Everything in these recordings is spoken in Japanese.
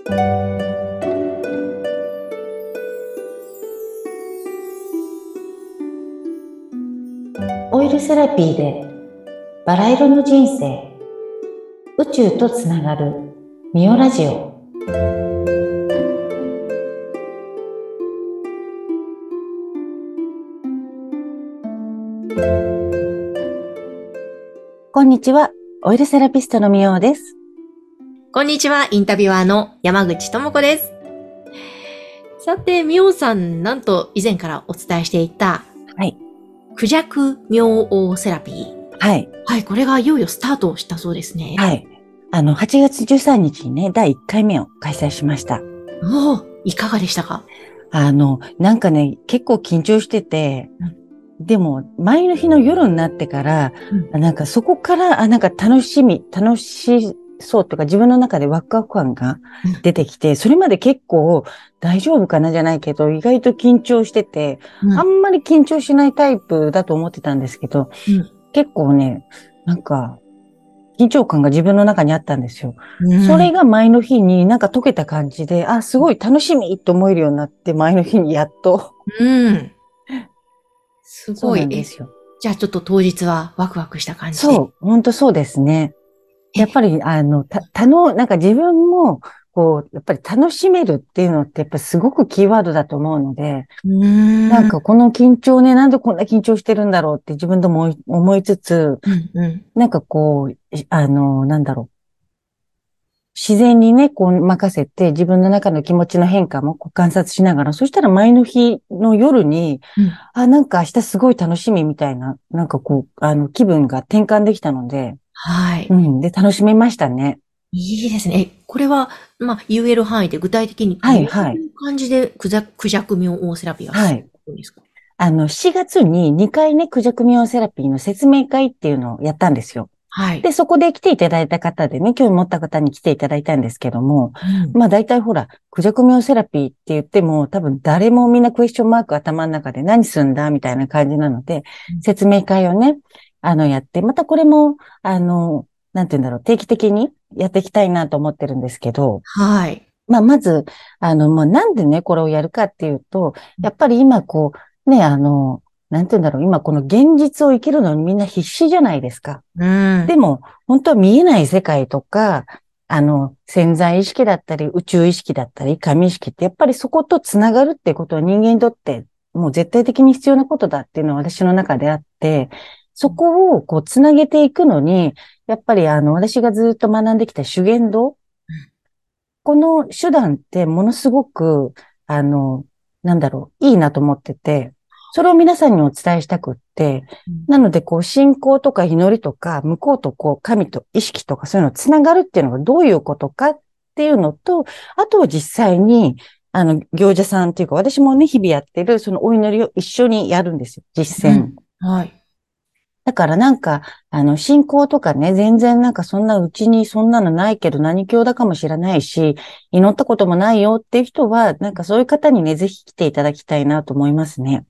オイルセラピーでバラ色の人生、宇宙とつながるミオラジオ。こんにちは、オイルセラピストのミオです。 こんにちは、インタビュアーの山口智子です。さて、ミオさん、なんと以前からお伝えしていた、 はい。 クジャク明王セラピー。 はい。 はい、これがいよいよスタートしたそうですね。 はい。8月13日にね、第1回目を開催しました。 おお、いかがでしたか？ なんかね、結構緊張してて、でも、前の日の夜になってから、なんかそこから、なんか楽しそうとか自分の中でワクワク感が出てきて、それまで結構大丈夫かなじゃないけど、意外と緊張してて、あんまり緊張しないタイプだと思ってたんですけど、結構ね、なんか、緊張感が自分の中にあったんですよ。それが前の日になんか解けた感じで、すごい楽しみと思えるようになって、前の日にやっと。 すごい。 そうなんですよ。 じゃあちょっと当日はワクワクした感じで。 そう、本当そうですね。やっぱり、なんか自分も、やっぱり楽しめるっていうのってやっぱりすごくキーワードだと思うので、なんかこの緊張ね、なんでこんな緊張してるんだろうって自分でも思いつつ、なんかなんだろう。自然にね、任せて自分の中の気持ちの変化も観察しながら、そしたら前の日の夜に、なんか明日すごい楽しみみたいな、なんか気分が転換できたので、 はい。 で、楽しめましたね。 いいですね。これは、言える範囲で具体的にどういはい、はい。 う感じでクジャク明王セラピーが進はい。 むんですか 7月に2回ね、クジャクミオセラピーの説明会っていうのをやったんですよ。 はい。 で、そこで来ていただいた方でね、興味持った方に来ていただいたんですけども、大体ほら、クジャクミオセラピーって言っても、多分誰もみんなクエスチョンマーク頭の中で何すんだみたいな感じなので、説明会をね、やって、またこれも、なんて言うんだろう、定期的にやっていきたいなと思ってるんですけど、 はい。 まず、なんでね、これをやるかっていうと、やっぱり今ね、なんて言うんだろう、今この現実を生きるのにみんな必死じゃないですか。でも、本当は見えない世界とか、潜在意識だったり、宇宙意識だったり、神意識って、やっぱりそことつながるってことは人間にとって、もう絶対的に必要なことだっていうのは私の中であって、そこをつなげていくのに、やっぱり私がずっと学んできた修験道、この手段ってものすごく、なんだろう、いいなと思ってて、それを皆さんにお伝えしたくって、なので、信仰とか祈りとか、向こうと神と意識とかそういうのをつながるっていうのがどういうことかっていうのと、あとは実際に、行者さんっていうか、私もね、日々やってる、そのお祈りを一緒にやるんですよ、実践。 はい。 だからなんか、信仰とかね、全然なんかそんなうちにそんなのないけど何教だかもしれないし、祈ったこともないよっていう人は、なんかそういう方にね、ぜひ来ていただきたいなと思いますね。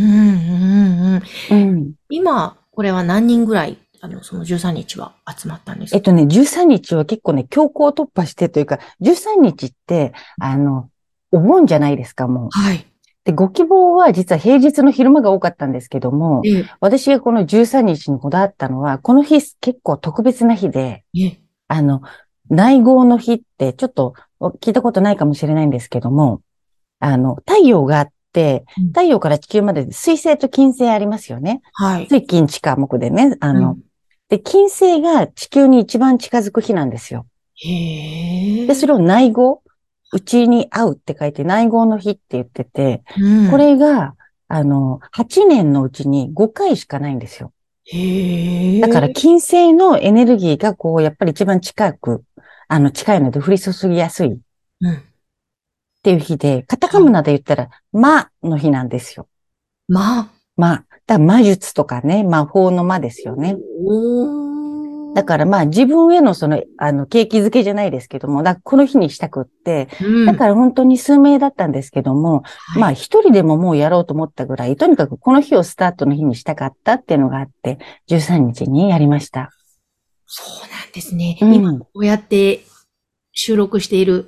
今、これは何人ぐらい、その13日は集まったんですか 13日は結構ね、強行突破してというか、13日って、お盆じゃないですか、もう。 はい。 で、ご希望は実は平日の昼間が多かったんですけども、私がこの13日にこだわったのは、この日結構特別な日で、内号の日ってちょっと聞いたことないかもしれないんですけども、太陽があって、太陽から地球まで水星と金星ありますよね。 はい。 水金地火木でね、で、金星が地球に一番近づく日なんですよ。で、それを内号、うちに会うって書いて内号の日って言ってて、これが、8年のうちに5回しかないんですよ。だから金星のエネルギーがやっぱり一番近いので降り注ぎやすいっていう日で、カタカナで言ったら、の日なんですよ。だから魔術とかね、魔法の魔ですよね。だから自分への景気づけじゃないですけども、この日にしたくって、だから本当に数名だったんですけども、一人でももうやろうと思ったぐらい、とにかくこの日をスタートの日にしたかったっていうのがあって、13日にやりました。 そうなんですね。今、こうやって収録している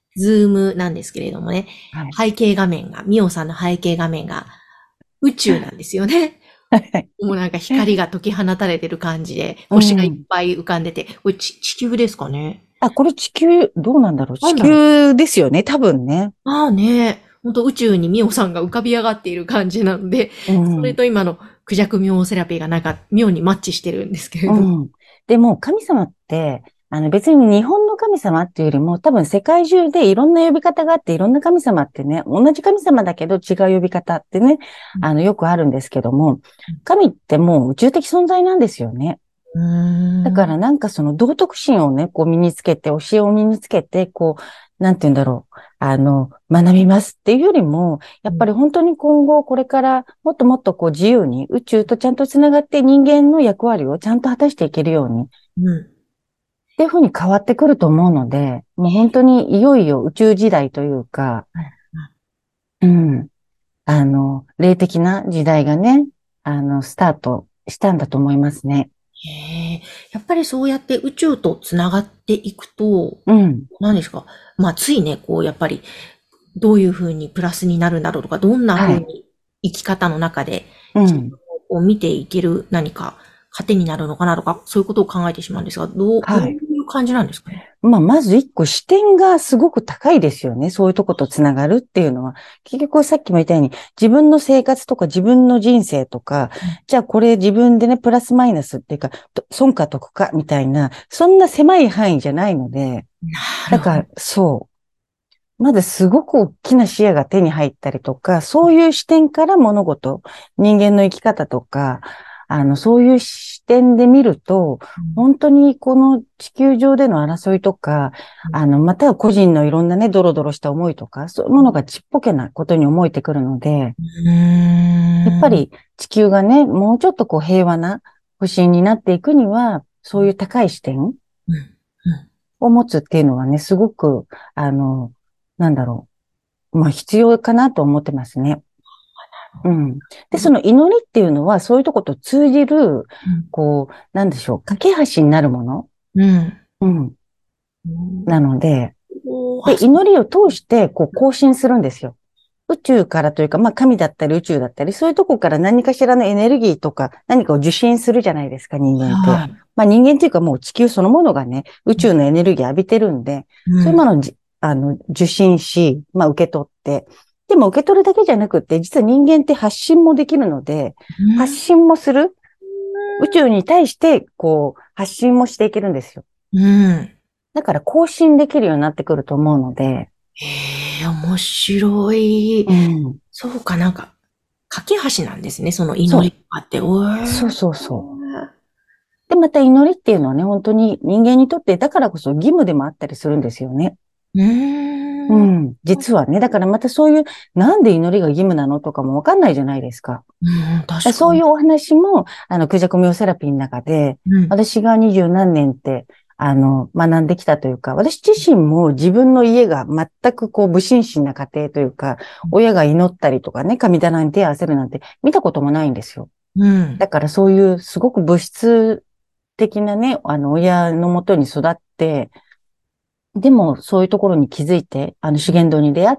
ズームなんですけれどもね、 はい。 背景画面が、ミオさんの背景画面が宇宙なんですよね。 はい。 もうなんか光が解き放たれてる感じで、 う星がいっん。 ぱい浮かんでて、これ地球ですかね？ あ、これ地球、どうなんだろう。地なんだろう。 球ですよね、多分ね。 ああね、ほんと宇宙にミオさんが浮かび上がっている感じなので、 うそれん。 と今のクジャクミオセラピーがなんか妙にマッチしてるんですけれど。 うん。でも、神様って、別に日本の神様っていうよりも、多分世界中でいろんな呼び方があって、いろんな神様ってね、同じ神様だけど違う呼び方ってね、よくあるんですけども、神ってもう宇宙的存在なんですよね。 うーだからん。 なんかその道徳心をね、こう身につけて、教えを身につけて、こう、なんて言うんだろう。学びますっていうよりも、やっぱり本当に今後これからもっともっとこう自由に宇宙とちゃんとつながって人間の役割をちゃんと果たしていけるようにうん。 っていうふうに変わってくると思うので、もう本当にいよいよ宇宙時代というか、うん、霊的な時代がね、スタートしたんだと思いますね。 へえ。やっぱりそうやって宇宙とつながっていくと、 うん、 何ですか。まあ、ついね、こう、やっぱり、どういうふうにプラスになるんだろうとか、どんなふはい。 うに生き方の中で自分うん、 を見ていける何か糧になるのかなとか、そういうことを考えてしまうんですが、どうはい。 いう感じなんですかね。 まあ、まず一個視点がすごく高いですよね。そういうとことつながるっていうのは。結局さっきも言ったように、自分の生活とか自分の人生とか、じゃあこれ自分でね、プラスマイナスっていうか、損か得かみたいな、そんな狭い範囲じゃないので、 なるほど。 だから、そう。まずすごく大きな視野が手に入ったりとか、そういう視点から物事、人間の生き方とか、そういう視点で見ると、本当にこの地球上での争いとか、または個人のいろんなね、ドロドロした思いとか、そういうものがちっぽけなことに思えてくるので、 うーん。 やっぱり地球がね、もうちょっとこう平和な星になっていくには、そういう高い視点うん。 を持つっていうのはね、すごく、あの、なんだろまあ必要かなと思ってますね。うん。で、その祈りっていうのは、そういうとこと通じる、こう、なんでしょう、架け橋になるもの。 うん。 うん。 うん。 なので、 あ、 で、祈りを通して、こう、更新するんですよ。宇宙からというか、まあ神だったり宇宙だったり、そういうとこから何かしらのエネルギーとか何かを受信するじゃないですか、人間って。 はい。 まあ人間っていうかもう地球そのものがね、宇宙のエネルギー浴びてるんで、 うん。 そういうものを受信し、まあ受け取って、でも受け取るだけじゃなくって、実は人間って発信もできるので、発信もする。宇宙に対して、こう、発信もしていけるんですよ。 うん。 だから更新できるようになってくると思うので、 へえ、面白い。 うん。 そうか、なんか、架け橋なんですね、そのそう。 祈りがあって。おそうえ。 そうそう。で、また祈りっていうのはね、本当に人間にとってだからこそ義務でもあったりするんですよね。 うーん。 うん。実はね。だからまたそういう、なんで祈りが義務なのとかもわかんないじゃないですか。 うん、確かに。 そういうお話も、クジャコミオセラピーの中で、 うん。 私が二十何年って、学んできたというか、私自身も自分の家が全くこう、不審死な家庭というか、親が祈ったりとかね、神棚に手を合わせるなんて見たこともないんですよ。 うん。 だからそういうすごく物質的なね、親のもとに育って、でもそういうところに気づいて、修験道に出会って、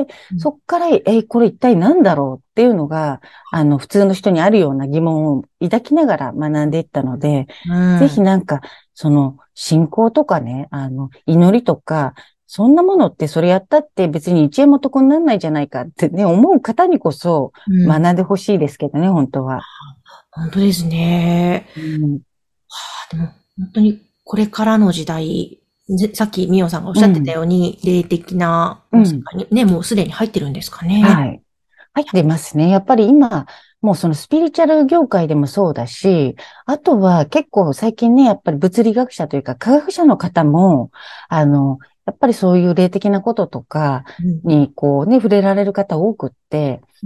そっから、これ一体何だろうっていうのが、普通の人にあるような疑問を抱きながら学んでいったので、 うぜひん。 なんか、その、信仰とかね、祈りとか、そんなものってそれやったって別に一円も得にならないじゃないかってね、思う方にこそうん。 学んでほしいですけどね、本当は。 本当ですね。 うん、 でも、本当にこれからの時代、さっきミオさんがおっしゃってたうん、 ように、霊的なうん。 世界にね、もうすでに入ってるんですかね。 はい。入ってますね。やっぱり今、もうそのスピリチュアル業界でもそうだし、あとは結構最近ね、やっぱり物理学者というか科学者の方も、やっぱりそういう霊的なこととかうん。 にこうね、触れられる方多くって、 うん。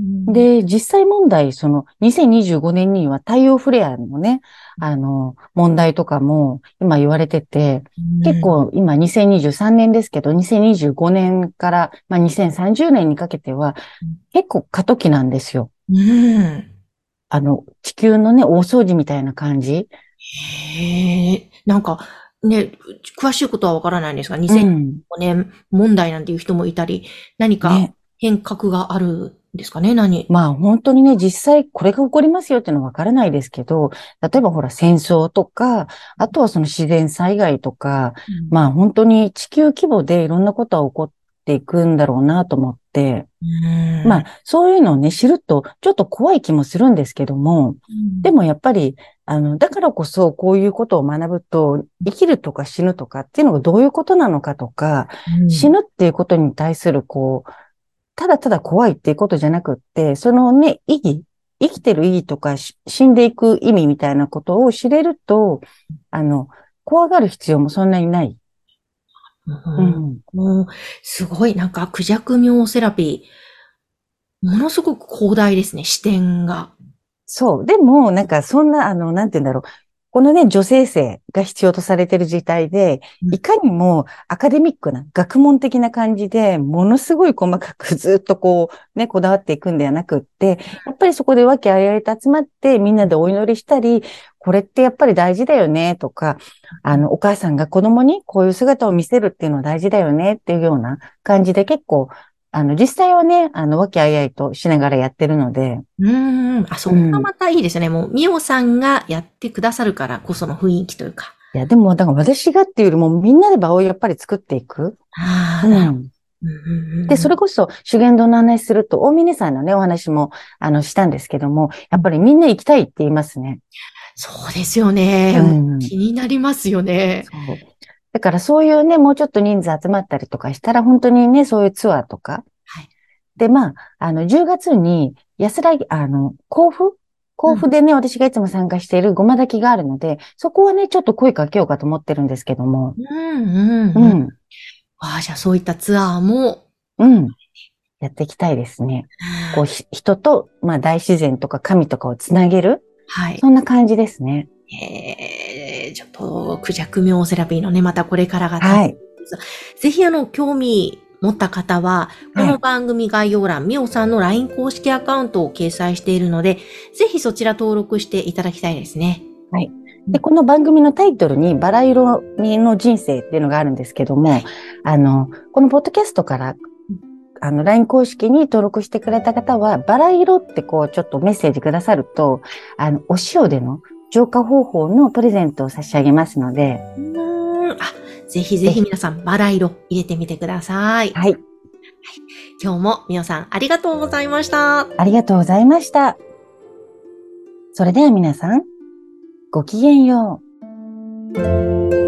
で、実際問題、その2025年には太陽フレアのね、問題とかも今言われてて、結構今2023年ですけど、2025年からまあ2030年にかけては結構過渡期なんですよ。 うん。 地球のね、大掃除みたいな感じ。 へえ、なんか、 ね、詳しいことはわからないんですが、2005年問題なんていう人もいたり、何か変革があるんですかね、 まあ本当にね、実際これが起こりますよっていうのはわからないですけど、例えばほら戦争とか、あとはその自然災害とか、まあ本当に地球規模でいろんなことが起こっていくんだろうなと思って、まあそういうのをね、知るとちょっと怖い気もするんですけども、でもやっぱり、だからこそこういうことを学ぶと、生きるとか死ぬとかっていうのがどういうことなのかとか、死ぬっていうことに対するただただ怖いっていうことじゃなくって、そのね、生きてる意義とか死んでいく意味みたいなことを知れると、怖がる必要もそんなにない。 もう、すごい、なんか、クジャクミセラピー、ものすごく広大ですね、視点が。 そう。でも、なんか、そんな、なんて言うんだろう。このね、女性性が必要とされている時代で、いかにもアカデミックな、学問的な感じで、ものすごい細かくずっとね、こだわっていくんではなくって、やっぱりそこで和気あいあいと集まって、みんなでお祈りしたり、これってやっぱり大事だよね、とか、お母さんが子供にこういう姿を見せるっていうのは大事だよね、っていうような感じで結構、実際はね、和気あいあいとしながらやってるので。 そこがまたいいですね。もう、ミオさんがやってくださるからこその雰囲気というか。 いや、でも、だから私がっていうよりも、みんなで場をやっぱり作っていく。で、それこそ、修験道の話すると、大峰さんのね、お話も、したんですけども、やっぱりみんな行きたいって言いますね。 そうですよね。気になりますよね。 そう。だからそういうね、もうちょっと人数集まったりとかしたら、本当にね、そういうツアーとか。はい。で、まあ、10月に、甲府でね、私がいつも参加しているごま炊きがあるので、そこはね、ちょっと声かけようかと思ってるんですけども。 じゃあそういったツアーも。 やっていきたいですね。人と、まあ、大自然とか神とかをつなげる。はい。そんな感じですね。 ちょっと、クジャクミョセラピーのね、またこれからがはい。 ぜひ興味持った方は、この番組概要欄、ミオさんの LINE 公式アカウントを掲載しているので、ぜひそちら登録していただきたいですね。 はい。で、この番組のタイトルにバラ色の人生っていうのがあるんですけども、このポッドキャストからLINE 公式に登録してくれた方は、バラ色ってちょっとメッセージくださると、お塩での浄化方法のプレゼントを差し上げますので。 ぜひぜひ皆さん、バラ色入れてみてください。 はい。 今日もみおさん、ありがとうございました。 ありがとうございました。それでは皆さん、ごきげんよう。